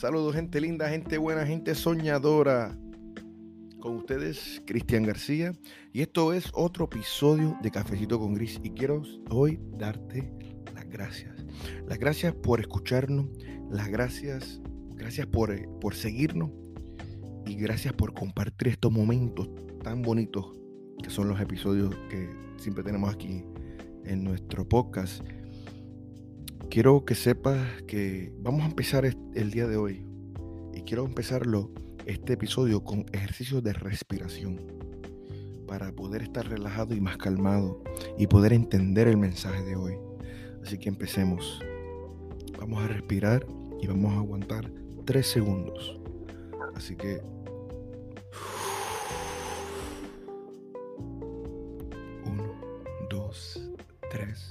Saludos, gente linda, gente buena, gente soñadora. Con ustedes, Cristian García. Y esto es otro episodio de Cafecito con Gris. Y quiero hoy darte las gracias. Las gracias por escucharnos. Las gracias por seguirnos. Y gracias por compartir estos momentos tan bonitos que son los episodios que siempre tenemos aquí en nuestro podcast. Quiero que sepas que vamos a empezar el día de hoy. Y quiero empezarlo este episodio con ejercicios de respiración para poder estar relajado y más calmado y poder entender el mensaje de hoy. Así que empecemos. Vamos a respirar y vamos a aguantar 3 segundos. Así que 1, 2, 3.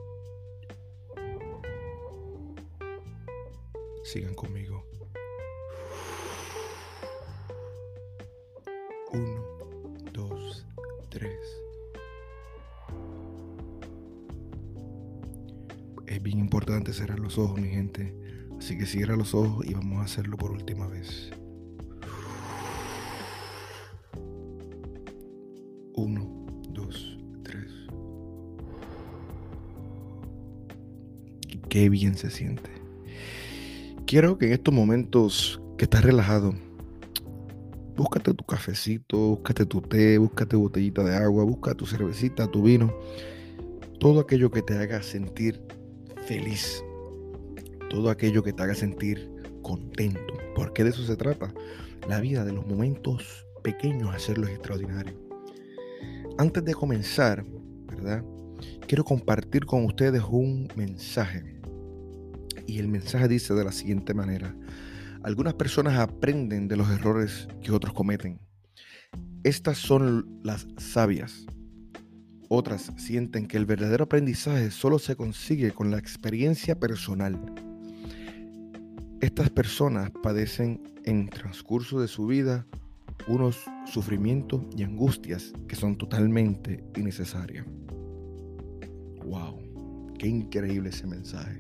Sigan conmigo. 1, 2, 3. Es bien importante cerrar los ojos, mi gente. Así que cierra los ojos y vamos a hacerlo por última vez. 1, 2, 3. Qué bien se siente. Quiero que en estos momentos que estás relajado, búscate tu cafecito, búscate tu té, búscate botellita de agua, busca tu cervecita, tu vino, todo aquello que te haga sentir feliz, todo aquello que te haga sentir contento, porque de eso se trata, la vida, de los momentos pequeños, hacerlos extraordinarios. Antes de comenzar, ¿verdad? Quiero compartir con ustedes un mensaje, y el mensaje dice de la siguiente manera: algunas personas aprenden de los errores que otros cometen. Estas son las sabias. Otras sienten que el verdadero aprendizaje solo se consigue con la experiencia personal. Estas personas padecen en transcurso de su vida unos sufrimientos y angustias que son totalmente innecesarias. ¡Wow! ¡Qué increíble ese mensaje!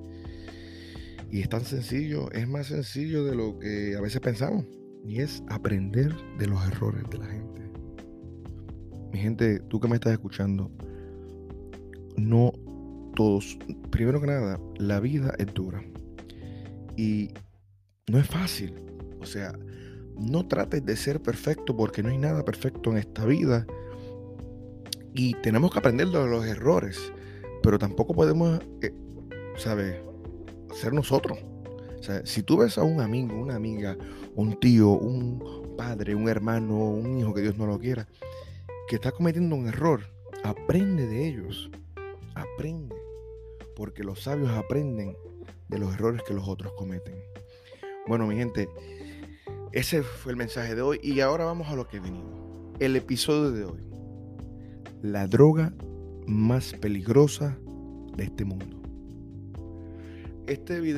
Y es tan sencillo, es más sencillo de lo que a veces pensamos. Y es aprender de los errores de la gente. Mi gente, tú que me estás escuchando, no todos, primero que nada, la vida es dura. Y no es fácil. O sea, no trates de ser perfecto porque no hay nada perfecto en esta vida. Y tenemos que aprender de los errores. Pero tampoco podemos, ser nosotros. O sea, si tú ves a un amigo, una amiga, un tío, un padre, un hermano, un hijo, que Dios no lo quiera, que está cometiendo un error, aprende de ellos. Aprende. Porque los sabios aprenden de los errores que los otros cometen. Bueno, mi gente, ese fue el mensaje de hoy. Y ahora vamos a lo que venimos. El episodio de hoy: la droga más peligrosa de este mundo. Este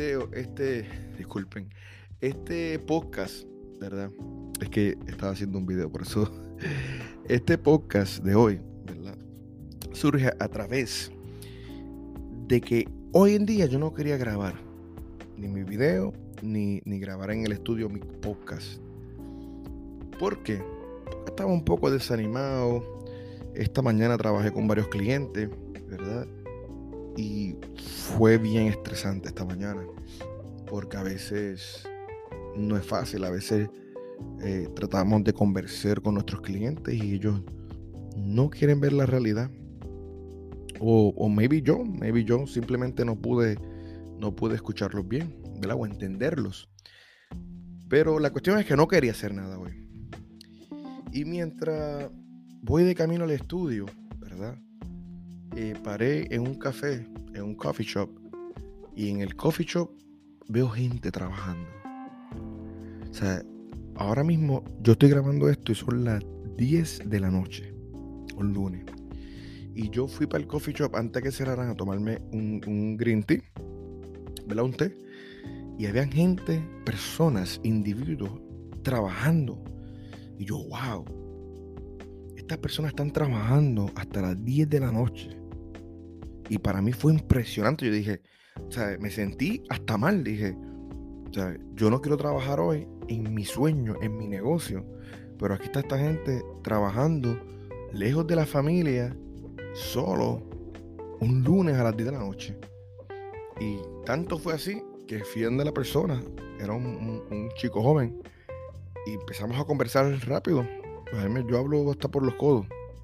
podcast, ¿verdad? Es que estaba haciendo un video, por eso. Este podcast de hoy, ¿verdad? Surge a través de que hoy en día yo no quería grabar ni mi video, ni grabar en el estudio mi podcast. ¿Por qué? Porque estaba un poco desanimado. Esta mañana trabajé con varios clientes, ¿verdad? Y fue bien estresante esta mañana, porque a veces no es fácil. A veces tratamos de conversar con nuestros clientes y ellos no quieren ver la realidad. O maybe yo simplemente no pude escucharlos bien, ¿verdad? O entenderlos. Pero la cuestión es que no quería hacer nada hoy. Y mientras voy de camino al estudio, ¿verdad? Paré en un café, en un coffee shop, y en el coffee shop veo gente trabajando. O sea, ahora mismo yo estoy grabando esto y son las 10 de la noche, un lunes, y yo fui para el coffee shop antes que cerraran a tomarme un green tea, ¿verdad? Un té, y habían gente, personas, individuos trabajando, y yo, wow, estas personas están trabajando hasta las 10 de la noche. Y para mí fue impresionante. Yo dije, o sea, me sentí hasta mal. Dije, O sea, yo no quiero trabajar hoy en mi sueño, en mi negocio, pero aquí está esta gente trabajando lejos de la familia, solo, un lunes a las 10 de la noche. Y tanto fue así que fui donde la persona, era un chico joven, y empezamos a conversar rápido. Pues, yo hablo hasta por los codos.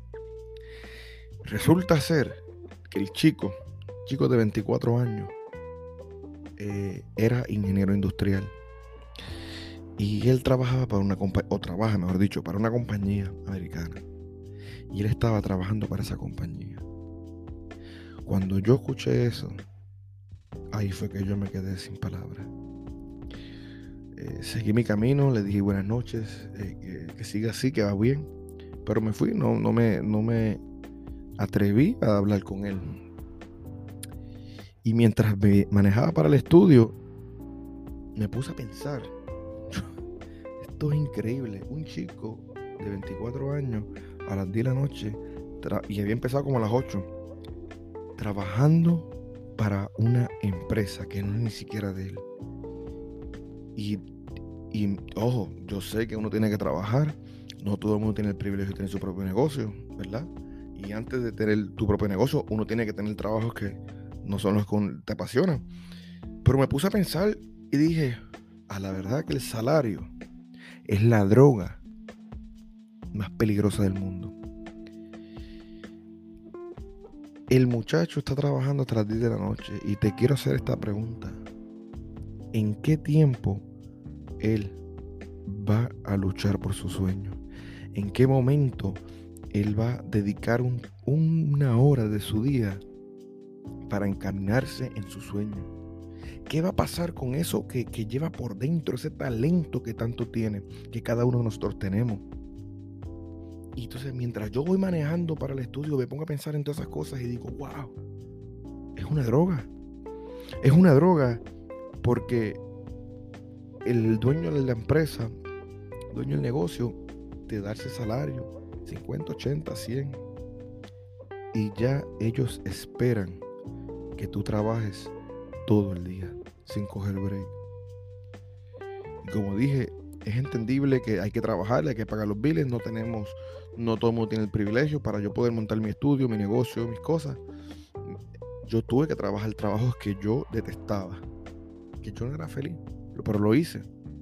Resulta ser que el chico de 24 años, era ingeniero industrial. Y él trabajaba para una compañía, o trabaja, mejor dicho, para una compañía americana. Y él estaba trabajando para esa compañía. Cuando yo escuché eso, ahí fue que yo me quedé sin palabras. Seguí mi camino, le dije buenas noches, que siga así, que va bien. Pero me fui, no me atreví a hablar con él. Y mientras me manejaba para el estudio, me puse a pensar, esto es increíble, un chico de 24 años a las 10 de la noche, y había empezado como a las 8, trabajando para una empresa que no es ni siquiera de él. Y ojo, yo sé que uno tiene que trabajar, no todo el mundo tiene el privilegio de tener su propio negocio, ¿verdad? Y antes de tener tu propio negocio, uno tiene que tener trabajos que no son los que te apasionan. Pero me puse a pensar y dije, a la verdad que el salario es la droga más peligrosa del mundo. El muchacho está trabajando hasta las 10 de la noche y te quiero hacer esta pregunta. ¿En qué tiempo él va a luchar por su sueño? ¿En qué momento él va a dedicar una hora de su día para encaminarse en su sueño? ¿Qué va a pasar con eso que lleva por dentro, ese talento que tanto tiene, que cada uno de nosotros tenemos? Y entonces mientras yo voy manejando para el estudio, me pongo a pensar en todas esas cosas y digo, wow, es una droga. Es una droga porque el dueño de la empresa, el dueño del negocio, te da ese salario, 50, 80, 100. Y ya ellos esperan que tú trabajes todo el día, sin coger break. Y como dije, es entendible que hay que trabajar, hay que pagar los biles, no todo el mundo tiene el privilegio para yo poder montar mi estudio, mi negocio, mis cosas. Yo tuve que trabajar trabajos que yo detestaba, que yo no era feliz, pero lo hice.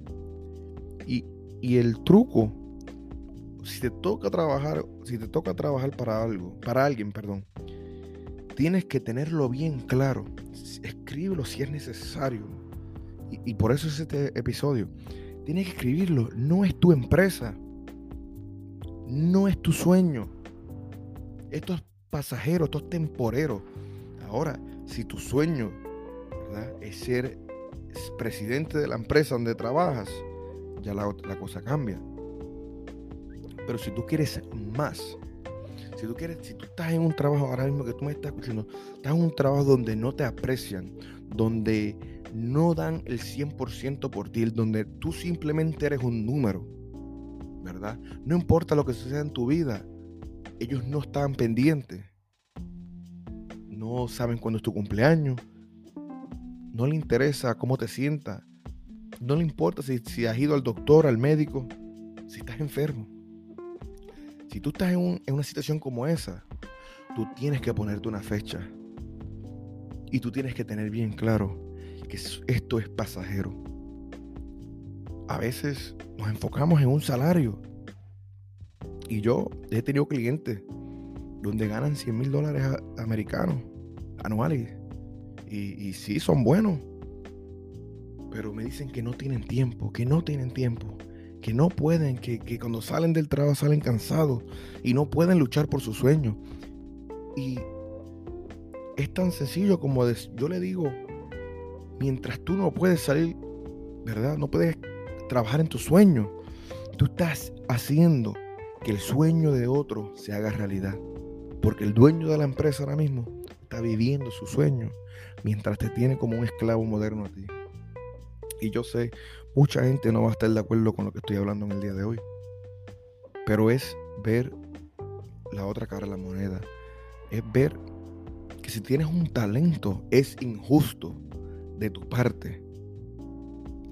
Y el truco, si te toca trabajar para alguien, tienes que tenerlo bien claro. Escríbelo si es necesario. Y por eso es este episodio. Tienes que escribirlo. No es tu empresa. No es tu sueño. Esto es pasajero, esto es temporero. Ahora, si tu sueño, ¿verdad?, es ser presidente de la empresa donde trabajas, ya la cosa cambia. Pero si tú quieres más, si tú estás en un trabajo ahora mismo que tú me estás escuchando, estás en un trabajo donde no te aprecian, donde no dan el 100% por ti, donde tú simplemente eres un número, ¿verdad? No importa lo que suceda en tu vida, ellos no están pendientes. No saben cuándo es tu cumpleaños. No le interesa cómo te sientas. No le importa si has ido al doctor, al médico, si estás enfermo. Si tú estás en una situación como esa, tú tienes que ponerte una fecha. Y tú tienes que tener bien claro que esto es pasajero. A veces nos enfocamos en un salario. Y yo he tenido clientes donde ganan $100,000 americanos anuales. Y sí, son buenos. Pero me dicen que no tienen tiempo, que no pueden, que cuando salen del trabajo salen cansados y no pueden luchar por sus sueños. Y es tan sencillo como yo le digo, mientras tú no puedes salir, ¿verdad?, no puedes trabajar en tu sueño, tú estás haciendo que el sueño de otro se haga realidad. Porque el dueño de la empresa ahora mismo está viviendo su sueño mientras te tiene como un esclavo moderno a ti. Y yo sé, mucha gente no va a estar de acuerdo con lo que estoy hablando en el día de hoy. Pero es ver la otra cara de la moneda. Es ver que si tienes un talento, es injusto de tu parte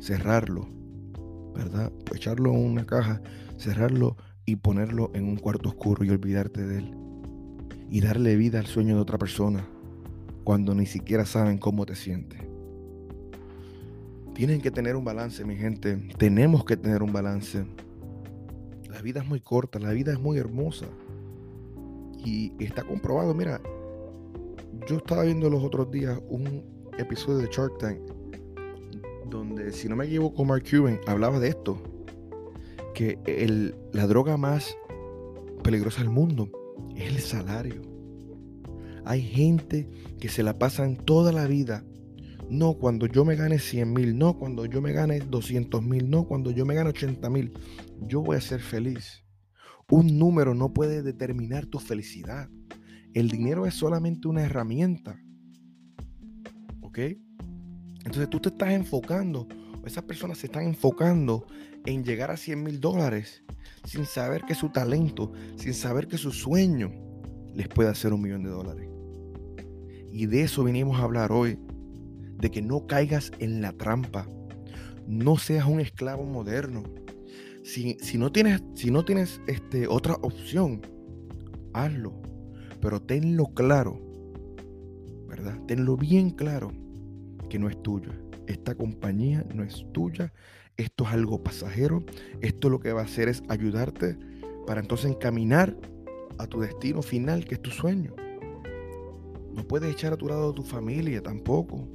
cerrarlo, ¿verdad? Echarlo en una caja, cerrarlo y ponerlo en un cuarto oscuro y olvidarte de él. Y darle vida al sueño de otra persona cuando ni siquiera saben cómo te sientes. Tienen que tener un balance, mi gente. Tenemos que tener un balance. La vida es muy corta, la vida es muy hermosa. Y está comprobado. Mira, yo estaba viendo los otros días un episodio de Shark Tank donde, si no me equivoco, Mark Cuban hablaba de esto, que la droga más peligrosa del mundo es el salario. Hay gente que se la pasan toda la vida: no, cuando yo me gane 100,000, no, cuando yo me gane 200,000, no, cuando yo me gane 80,000, yo voy a ser feliz. Un número no puede determinar tu felicidad. El dinero es solamente una herramienta. ¿Ok? Entonces tú te estás enfocando, esas personas se están enfocando en llegar a $100,000 sin saber que su talento, sin saber que su sueño les puede hacer $1,000,000. Y de eso venimos a hablar hoy, de que no caigas en la trampa, no seas un esclavo moderno. Si no tienes otra opción, hazlo, pero tenlo claro, ¿verdad? Tenlo bien claro, que no es tuyo. Esta compañía no es tuya. Esto es algo pasajero. Esto lo que va a hacer es ayudarte para entonces encaminar a tu destino final, que es tu sueño. No puedes echar a tu lado a tu familia tampoco.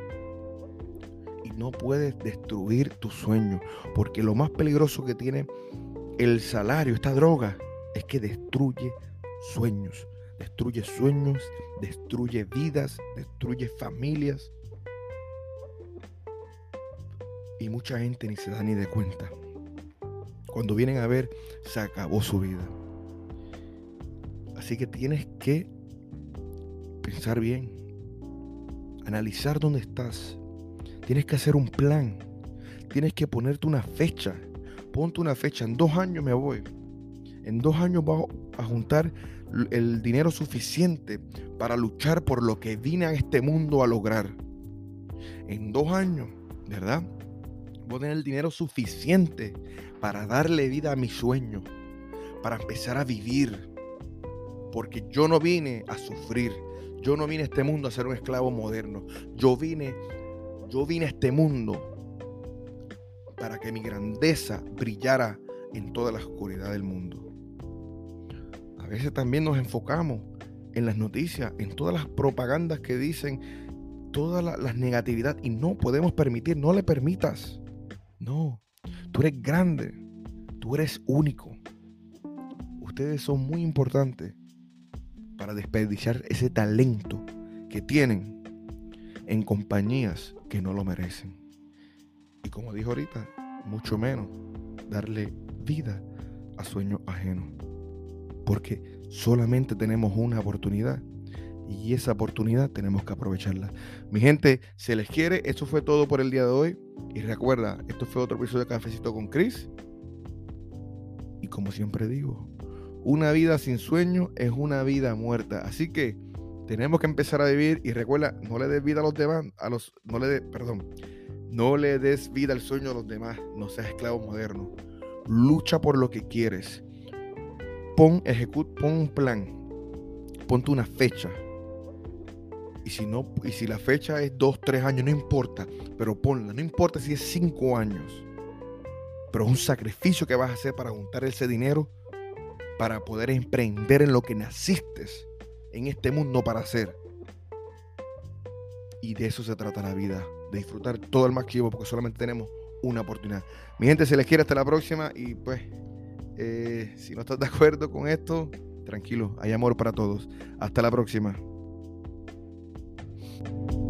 Y no puedes destruir tu sueño, porque lo más peligroso que tiene el salario, esta droga, es que destruye sueños. Destruye sueños, destruye vidas, destruye familias. Y mucha gente ni se da ni de cuenta. Cuando vienen a ver, se acabó su vida. Así que tienes que pensar bien, analizar dónde estás. Tienes que hacer un plan. Tienes que ponerte una fecha. Ponte una fecha. En 2 años me voy. En 2 años voy a juntar el dinero suficiente para luchar por lo que vine a este mundo a lograr. En 2 años, ¿verdad? Voy a tener el dinero suficiente para darle vida a mi sueño, para empezar a vivir. Porque yo no vine a sufrir. Yo no vine a este mundo a ser un esclavo moderno. Yo vine a este mundo para que mi grandeza brillara en toda la oscuridad del mundo. A veces también nos enfocamos en las noticias, en todas las propagandas que dicen, toda la negatividad, y no podemos permitir, no le permitas. No, tú eres grande, tú eres único. Ustedes son muy importantes para desperdiciar ese talento que tienen en compañías que no lo merecen. Y como dijo ahorita, mucho menos darle vida a sueños ajenos. Porque solamente tenemos una oportunidad y esa oportunidad tenemos que aprovecharla. Mi gente, se les quiere. Eso fue todo por el día de hoy. Y recuerda, esto fue otro episodio de Cafecito con Chris. Y como siempre digo, una vida sin sueño es una vida muerta. Así que tenemos que empezar a vivir. Y recuerda, no le des vida a los demás, no le des vida al sueño de los demás. No seas esclavo moderno. Lucha por lo que quieres. Pon un plan. Ponte una fecha. Y si la fecha es 2, 3 años, no importa, pero ponla. No importa si es 5 años. Pero es un sacrificio que vas a hacer para juntar ese dinero, para poder emprender en lo que naciste en este mundo para hacer. Y de eso se trata la vida, de disfrutar todo al máximo, porque solamente tenemos una oportunidad. Mi gente, se les quiere, hasta la próxima. Y pues, si no estás de acuerdo con esto, tranquilo, hay amor para todos. Hasta la próxima.